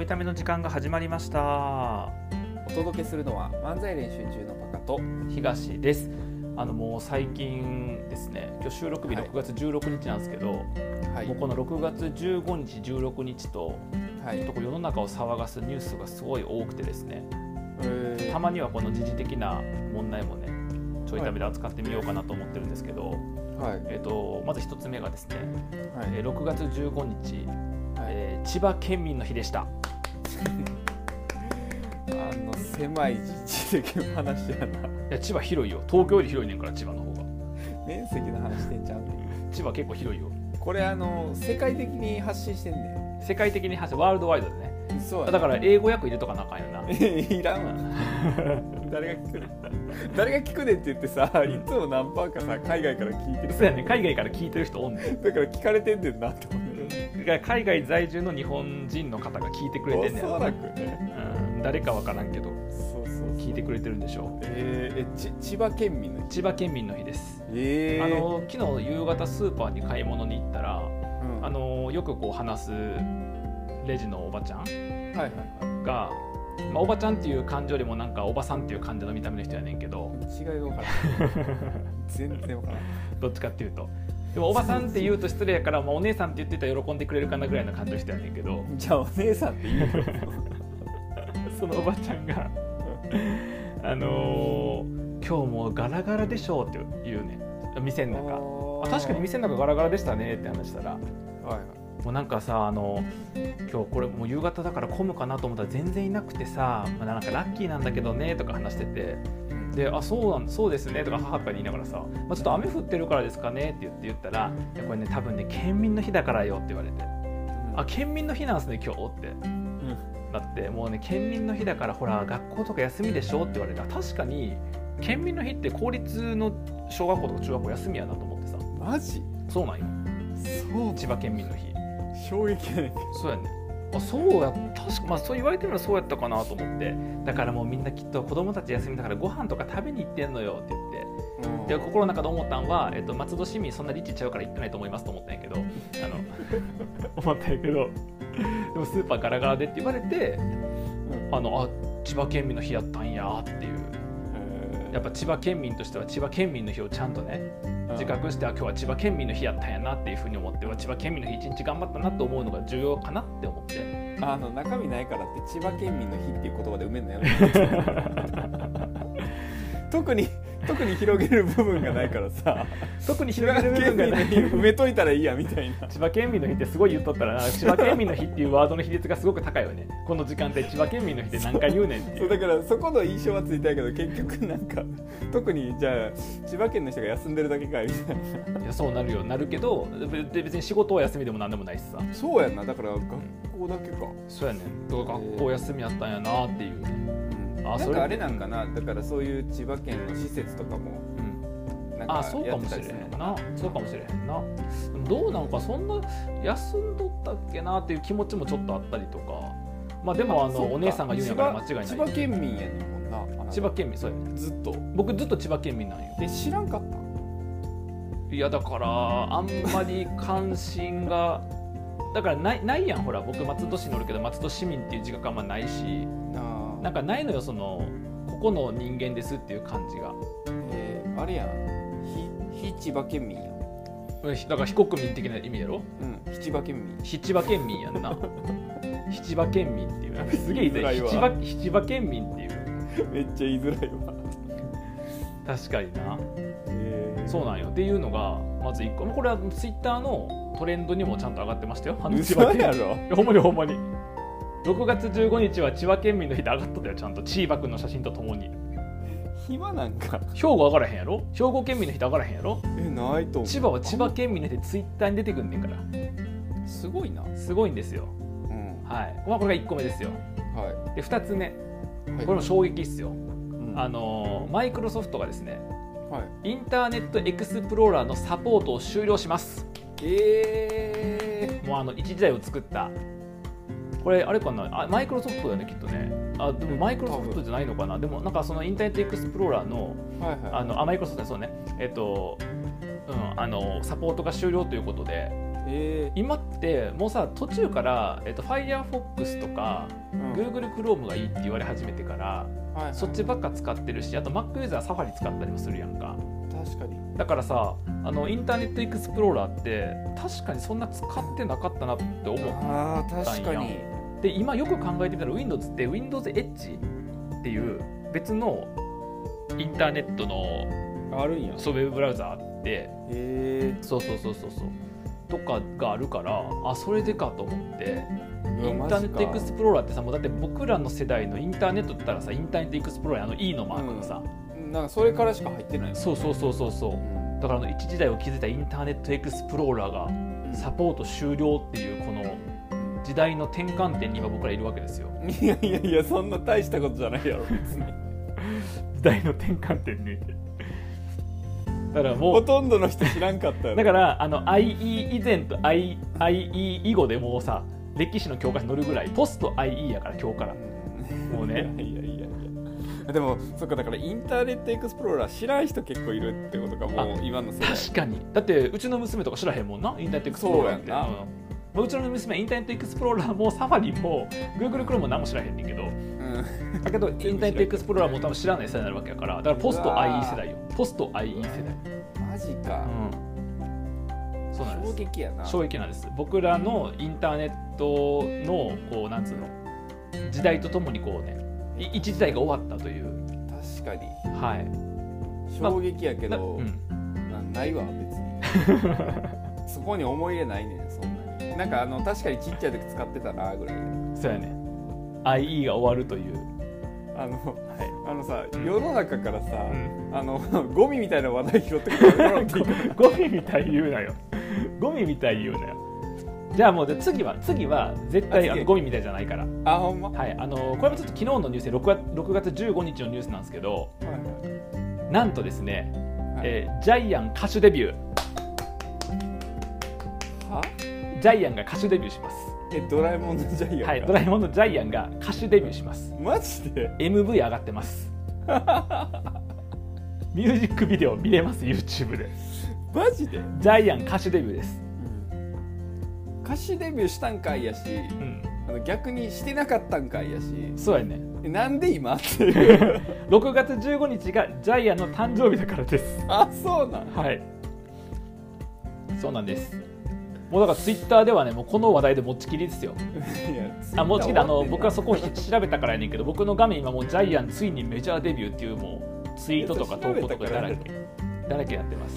いための時間が始まりました。 お届けするのは漫才練習中のパカと東です。もう最近ですね、今日収録日6月16日なんですけど、 はい、 もうこの6月15日16日と、 はい、 ちょっと世の中を騒がすニュースがすごい多くてですね、たまにはこの時事的な問題もねちょいためで扱ってみようかなと思ってるんですけど、はい、まず一つ目がですね、はい、6月15日、はい、千葉県民の日でした。 狭い地域の話やな。いや千葉広いよ、東京より広いねんから。千葉の方が面積の話してんちゃうねん。 千葉結構広いよ。これ世界的に発信してんねん。世界的に発信、ワールドワイドでね。 そうだから英語訳入れとかなあかんよな。 いらんわ。誰が聞くねん。誰が聞くねんって言ってさ、いつも何パーかさ海外から聞いてる。 そうやね、海外から聞いてる人おんねん。 だから聞かれてんねんなって思う。 海外在住の日本人の方が聞いてくれてんねん。 おそらくね、 誰かわからんけど、 そう聞いてくれてるんでしょう。 千葉県民の日。 千葉県民の日です。昨日夕方スーパーに買い物に行ったら、よくこう話すレジのおばちゃんが、おばちゃんっていう感じよりもなんかおばさんっていう感じの見た目の人やねんけど、 違いが分からん。全然分からん。 どっちかっていうと。でもおばさんって言うと失礼やから、お姉さんって言ってたら喜んでくれるかなぐらいの感じの人やねんけど、 じゃあお姉さんって言うよ。 そのおばちゃんが今日もガラガラでしょうって言うね、店の中。確かに店の中ガラガラでしたねって話したら、もうなんかさ、今日これもう夕方だから混むかなと思ったら全然いなくてさ、なんかラッキーなんだけどねとか話してて、でそうですねとか母とか言いながらさ、ちょっと雨降ってるからですかねって言ったら、いやこれね多分ね県民の日だからよって言われて、あ県民の日なんですね今日って、だってもうね県民の日だからほら学校とか休みでしょって言われた。確かに県民の日って公立の小学校とか中学校休みやなと思ってさ。 マジ？ そうなんよ。 そう。 千葉県民の日。 衝撃やねん。 そうやね。そうや、確かそう言われてみればそうやったかなと思って、だからもうみんなきっと子供たち休みだからご飯とか食べに行ってんのよって言って、で心の中で思ったんは、松戸市民そんなリッチちゃうから行ってないと思いますと思ったんやけど、思ったんやけど、でもスーパーガラガラでって言われて、千葉県民の日やったんやっていう。やっぱ千葉県民としては千葉県民の日をちゃんとね自覚して、今日は千葉県民の日やったんやなっていうふうに思って、千葉県民の日一日頑張ったなと思うのが重要かなって思って。 中身ないからって千葉県民の日っていう言葉で埋めるのやめて。特に広げる部分がないからさ、 特に広げる部分がない埋めといたらいいやみたいな。 千葉県民の日ってすごい言っとったらな、千葉県民の日っていうワードの比率がすごく高いよね。この時間帯千葉県民の日って何回言うねんっていう。 そうだからそこの印象はついたけど、結局なんか特にじゃあ千葉県の人が休んでるだけかいみたいな。 いやそうなるけど、別に仕事は休みでも何でもないしさ。 そうやんな。だから学校だけか。 そうやねん。だから学校休みやったんやなっていう。 なんかあれなんかな。だからそういう千葉県の施設とかも、 そうかもしれへんな。そうかもしれへんな。どうなんかそんな休んどったっけなっていう気持ちもちょっとあったりとか。でもお姉さんが言うんやから間違いない。 千葉県民やねんもんな。 千葉県民、そうやね。僕ずっと千葉県民なんよ。 知らんかった？ いやだからあんまり関心がだからないやん。ほら僕松戸市におるけど松戸市民っていう自覚あんまないし、なんかないのよ、ここの人間ですっていう感じが。 あれやん、非千葉県民やん。 だから非国民的な意味やろ。 非千葉県民。 非千葉県民やんな。非千葉県民っていう、すげえ言いづらいわ。非千葉県民っていう。 めっちゃ言いづらいわ。 確かにな。そうなんよっていうのがまず1個。これはツイッターのトレンドにもちゃんと上がってましたよ。 嘘やろ。 ほんまに6月15日は千葉県民の日で上がったんだよ、ちゃんとチーバくんの写真とともに。 暇なんか。 兵庫上がらへんやろ。兵庫県民の日で上がらへんやろ。 ないと思う。 千葉は千葉県民の日でツイッターに出てくんねんから。 すごいな。 すごいんですよ。はい。これが1個目ですよ。 はい。 で2つ目、これも衝撃っすよ。マイクロソフトがですね、インターネットエクスプローラーのサポートを終了します。もう一時代を作った。これあれかな、マイクロソフトだよねきっとね。でもマイクロソフトじゃないのかな。でもなんかそのインターネットエクスプローラーの、マイクロソフトね、そうね、サポートが終了ということで、 今ってもうさ途中から、Firefox とか、Google Chrome がいいって言われ始めてから、そっちばっか使ってるし、あと Mac ユーザーサファリ使ったりもするやんか。 確かに。 だからさインターネットエクスプローラーって確かにそんな使ってなかったなって思ったんや。 確かに。 で今よく考えてみたら Windows って Windows Edge っていう別のインターネットのあるんや。 ウェブブラウザあって、そうとかがあるから、それでかと思って。インターネットエクスプローラーってさ、もうだって僕らの世代のインターネットって言ったらさ、インターネットエクスプローラーE のマークがさ、 なんかそれからしか入ってない。 そう、だから一時代を築いたインターネットエクスプローラーがサポート終了っていうこの時代の転換点に今僕らいるわけですよ。 いやそんな大したことじゃないやろ別に。 時代の転換点にだからもうほとんどの人知らんかったよ。 だからIE 以前と IE 以後でもうさ歴史の教科書載るぐらいポスト IE やから今日からもうね。 いやでもそっか、だからインターネットエクスプローラー知らん人結構いるってことか。もう今の世代。 確かに。だってうちの娘とか知らへんもんな、インターネットエクスプローラーって。そうやんな。うちの娘はインターネットエクスプローラーもサファリも Google Chrome も何も知らへんねんけど、だけどインターネットエクスプローラーも多分知らない世代になるわけやから、だからポスト IE 世代よ。ポスト IE 世代。 マジか。 そうなんです。 衝撃やな。 衝撃なんです。僕らのインターネットのこうなんつうの時代とともにこうね、一時代が終わったという。 確かに。 はい。 衝撃やけど、ないわ別に。そこに思い入れないねんそんなに。なんか確かにちっちゃい時使ってたなぐらい。 そうやね。IE が終わるという。 さ、世の中からさ、ゴミみたいな話題拾ってくるゴミみたい言うなよ。ゴミみたい言うなよ。じゃあもう次は絶対ゴミみたいじゃないから。 ほんま。 はい。これもちょっと昨日のニュースで6月15日のニュースなんですけど、なんとですね、ジャイアン歌手デビュー。ジャイアンが歌手デビューします。 ドラえもんのジャイアンが。 はい、ドラえもんのジャイアンが歌手デビューします。 マジで MV 上がってますミュージックビデオ見れます YouTube で。 マジでジャイアン歌手デビューです。 歌手デビューしたんかいやし、逆にしてなかったんかいやし。 そうやね。 なんで今っていう 6月15日がジャイアンの誕生日だからです。 そうなん。 はい、そうなんです。もうだからツイッターではね、もうこの話題で持ちきりですよ。持ちきりで僕はそこを調べたからやねんけど、僕の画面今もうジャイアンついにメジャーデビューっていうもうツイートとか投稿とかだらけになってます。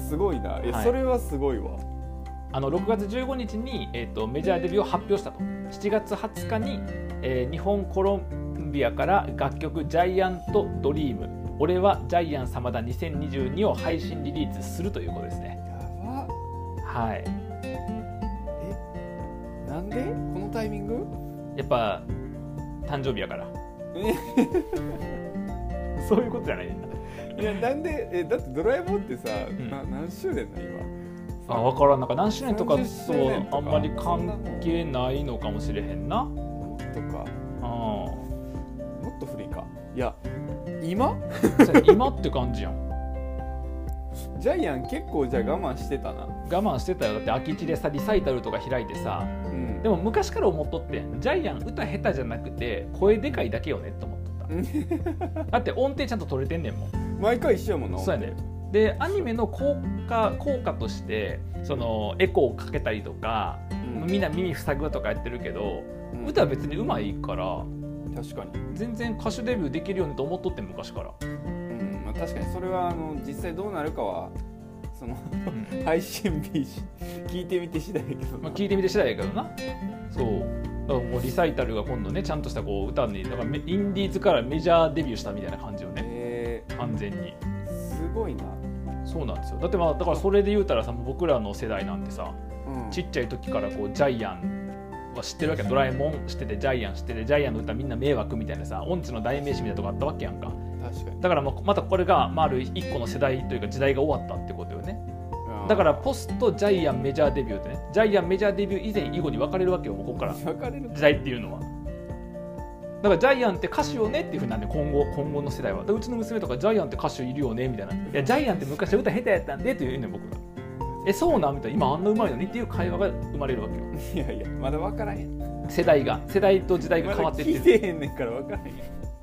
すごいな。それはすごいわ。 6月15日に、メジャーデビューを発表したと。7月20日に、日本コロンビアから楽曲ジャイアントドリーム俺はジャイアン様だ2022を配信リリースするということですね。 やば。 はい。 なんでこのタイミング？ やっぱ誕生日やからそういうことじゃないんだ。 いやなんでだってドラえもんってさ、何周年な今？ 分からん。なんか何周年とかとあんまり関係ないのかもしれへんな。 もっとか。もっと古いか。いや今って感じやん。 ジャイアン結構じゃあ我慢してたな。 我慢してたよ。だって空き地でさリサイタルとか開いてさ、でも昔から思っとってん。ジャイアン歌下手じゃなくて声でかいだけよねって思っとっただって音程ちゃんと取れてんねんもん。 毎回一緒やもんな。 そうやね。でアニメの効果としてそのエコーをかけたりとか、みんな耳塞ぐとかやってるけど、歌は別にうまいから確かに全然歌手デビューできるよねと思っとってん昔から。 確かにそれは実際どうなるかはその、配信日聞いてみて次第やけど、 聞いてみて次第やけどな。そうだからもうリサイタルが今度ねちゃんとしたこう歌にだからインディーズからメジャーデビューしたみたいな感じよね、完全に。 すごいな。 そうなんですよ。だってだからそれで言うたらさ、僕らの世代なんてさ、ちっちゃい時からこうジャイアンは知ってるわけ。ドラえもん知っててジャイアン知っててジャイアンの歌みんな迷惑みたいなさ、音痴の代名詞みたいなとこあったわけやんか。 確かに。 だからまたこれが、ある一個の世代というか時代が終わったってことよね。だからポストジャイアンメジャーデビューってね、ジャイアンメジャーデビュー以前以後に分かれるわけよ。もうここから時代っていうのは。だからジャイアンって歌手よねっていうふうになんで今後の世代は。うちの娘とかジャイアンって歌手いるよねみたいな。いやジャイアンって昔歌下手やったんでというね僕が。 そうなんみたいな、今あんなうまいのにっていう会話が生まれるわけよ。 いやいやまだ分からへん、 世代と時代が変わってってる。 まだ聞いてへんねんから分からへん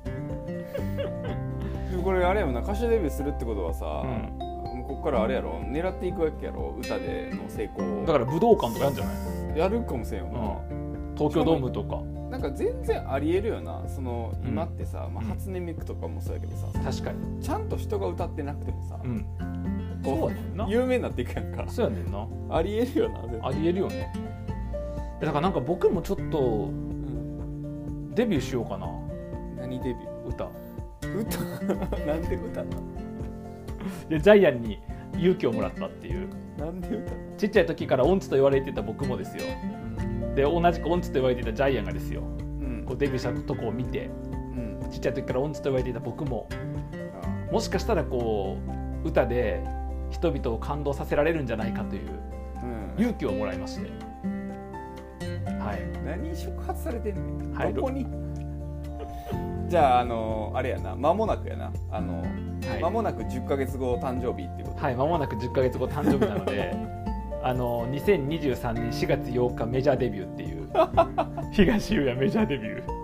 でもこれあれやもんな、歌手デビューするってことはさ、もうこっからあれやろ、狙っていくわけやろ、歌での成功だから武道館とかやるんじゃない？ やるかもしれんよな、 東京ドームとか。 なんか全然ありえるよな、その今ってさ、初音ミクとかもそうやけどさ、 確かにちゃんと人が歌ってなくてもさ、こう有名になっていくやんか。 そうやねんな。 ありえるよな。 ありえるよね。だからなんか僕もちょっとデビューしようかな。 何デビュー？ 歌なんで歌なの？ でジャイアンに勇気をもらったっていう。 なんで歌？ ちっちゃい時から音痴と言われてた僕もですよ、で同じく音痴と言われていたジャイアンがですよ、こうデビューしたとこを見て、ちっちゃい時から音痴と言われていた僕も、もしかしたらこう歌で人々を感動させられるんじゃないかという勇気をもらいまして、はい、 何触発されてんねん、 はい、 どこにじゃああれやな、間もなくやな、間もなく10ヶ月後誕生日っていうこと。 はい、間もなく10ヶ月後誕生日なので2023年4月8日メジャーデビューっていう東優也メジャーデビュ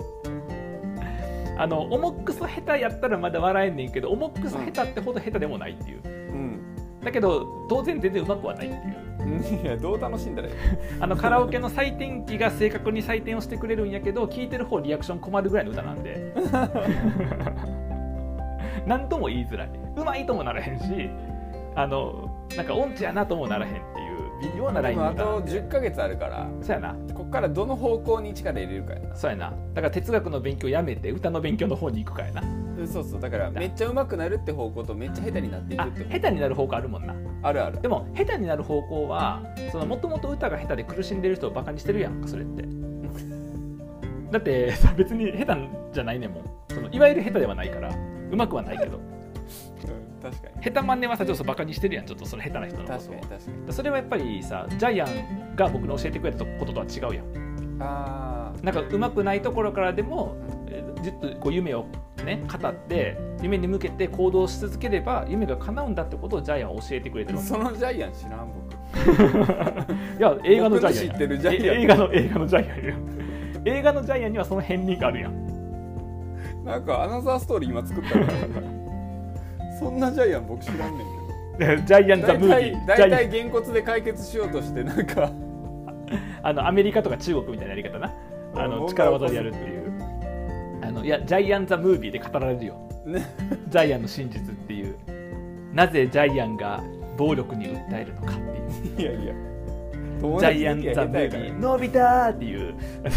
ーオモックス下手やったらまだ笑えんねんけど、オモックス下手ってほど下手でもないっていう、だけど当然全然うまくはないっていう。 いやどう楽しんだらいいカラオケの採点機が正確に採点をしてくれるんやけど、聞いてる方リアクション困るぐらいの歌なんで何とも言いづらい、うまいともならへんし、なんか音痴やなともならへんっていう微妙なラインの歌なんで。 あと10ヶ月あるから、 そうやな、 こっからどの方向に力入れるかやな。 そうやな、だから哲学の勉強やめて歌の勉強の方に行くかやな。 そうそう、だからめっちゃ上手くなるって方向とめっちゃ下手になっていくって方向。 下手になる方向あるもんな。 あるある。 でも下手になる方向はもともと歌が下手で苦しんでる人をバカにしてるやんか、それってだって別に下手じゃないねんもん、いわゆる下手ではないからうまくはないけど確かに下手真似はさ、ちょっとバカにしてるやん、ちょっとその下手な人のことを。 確かに確かに。 それはやっぱりさ、ジャイアンが僕に教えてくれたこととは違うやん。なんかうまくないところからでもずっとこう夢をね語って夢に向けて行動し続ければ夢が叶うんだってことをジャイアンは教えてくれてるわけ。 そのジャイアン知らん僕いや映画のジャイアン、 知ってるジャイアン、 映画のジャイアンや映画のジャイアンにはその片鱗があるやん。 なんかアナザーストーリー今作ったからそんなジャイアン僕知らんねんけどジャイアンザムービー、 大体げんこつで解決しようとしてなんかアメリカとか中国みたいなやり方な、力技でやるっていういやジャイアンザムービーで語られるよ、ね、ジャイアンの真実っていう、なぜジャイアンが暴力に訴えるのかっていう。 いやいやジャイアンザムービーのび太っていう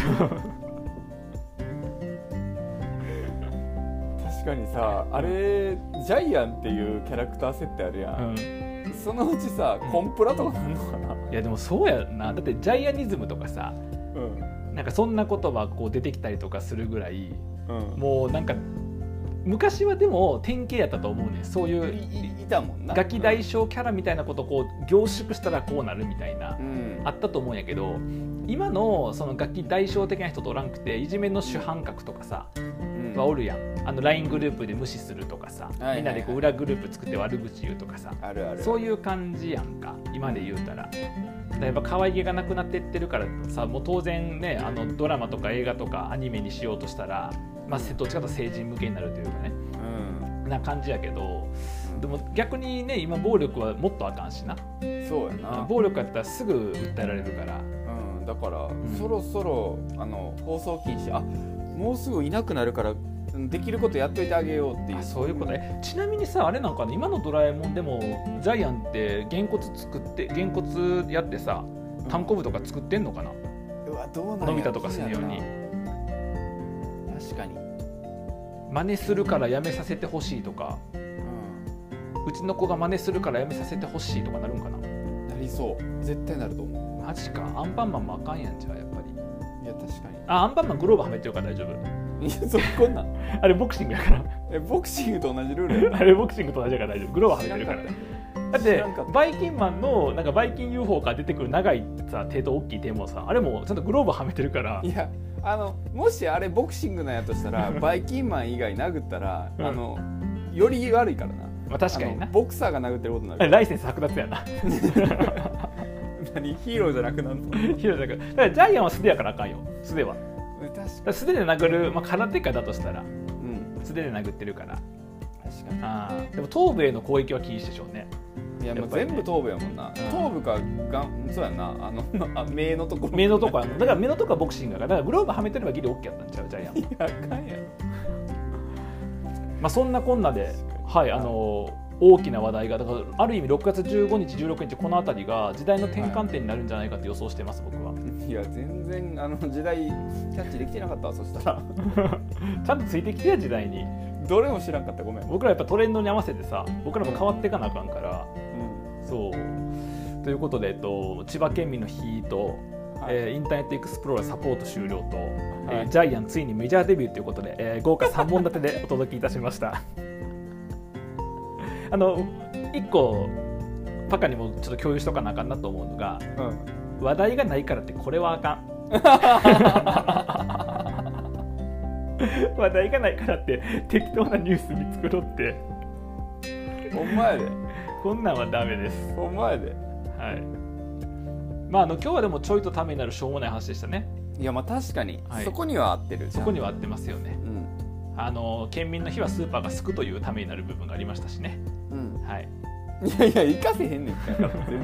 確かにさ、あれジャイアンっていうキャラクター設定あるやん、そのうちさコンプラとかなんのかな。 いやでもそうやな、だってジャイアニズムとかさ、なんかそんな言葉こう出てきたりとかするぐらい、もうなんか昔はでも典型やったと思うね。そういういたもんな、 ガキ大将キャラみたいなことをこう凝縮したらこうなるみたいな、あったと思うんやけど、今のそのガキ大将的な人とおらんくて、いじめの主犯格とかさ、はおるやん。LINE グループで無視するとかさ、みんなでこう裏グループ作って悪口言うとかさ、そういう感じやんか今で言うたら。やっぱ可愛げがなくなってってるからさ、もう当然ね、ドラマとか映画とかアニメにしようとしたら、どっちかというと成人向けになるというかね、な感じやけど、でも逆にね、今暴力はもっとあかんしな。 そうやな、 暴力やったらすぐ訴えられるから、 だから、そろそろ放送禁止、もうすぐいなくなるからできることやっといてあげようっていう。 そういうことね。ちなみにさ、あれなんかね、今のドラえもんでもジャイアンってげんこつやってさ、単行部とか作ってんのかな。 うわ、どうなんや、 のび太とかするように。 確かに真似するからやめさせてほしいとか、うちの子が真似するからやめさせてほしいとかなるんかな。 なりそう、絶対なると思う。 マジか。アンパンマンもあかんやんじゃあやっぱり。 いや確かに。 アンパンマングローブはめてるから大丈夫。 いやこんなんあれボクシングやからボクシングと同じルールやあれボクシングと同じやから大丈夫。グローブはめてるから。だってバイキンマンのなんかバイキン UFO から出てくる長いさ手と大きい手もさ、あれもちゃんとグローブはめてるから。 いやもしあれボクシングなんやとしたらバイキンマン以外殴ったら、より悪いからな。 まあ、確かにな。 ボクサーが殴ってることになる。 ライセンス剥奪やな。 何ヒーローじゃなくなるの？ ヒーローじゃなく、だからジャイアンは素手やからあかんよ。素手は。素手で殴る、まあ、空手家だとしたら、素手で殴ってるから。確かに。でも頭部への攻撃は禁止でしょうね。 いや、もう全部頭部やもんな。頭部かそうやな、目のところ。 目のところ、だから目のところはボクシングだから、グローブはめてればギリ OK やったんちゃう、ジャイアン。 いや、あかんやろ。 まあそんなこんなで、はい、大きな話題が、だからある意味6月15日、16日この辺りが時代の転換点になるんじゃないかって予想してます、僕は。 いや、全然時代キャッチできてなかったわ、そしたら。 ちゃんとついてきてや、時代に。 どれも知らんかった、ごめん。 僕らやっぱトレンドに合わせてさ、僕らも変わっていかなあかんから。そうということで、千葉県民の日と、インターネットエクスプローラーサポート終了と、ジャイアンついにメジャーデビューということで、豪華3本立てでお届けいたしました。1個パカにもちょっと共有しとかなあかんなと思うのが、話題がないからってこれはあかん。話題がないからって適当なニュース見繕って。 ほんまやで。 こんなんはダメです。 ほんまやで。 はい。まあ今日はでもちょいとためになるしょうもない話でしたね。 いや、まあ確かに、そこには合ってる。 そこには合ってますよね。県民の日はスーパーがすくというためになる部分がありましたしね。はい。 いやいや、活かせへんねんから全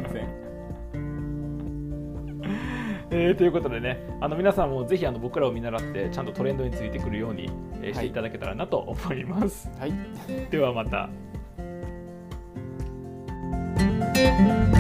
然。ということでね、皆さんもぜひ僕らを見習ってちゃんとトレンドについてくるようにしていただけたらなと思います。 はい。 ではまた。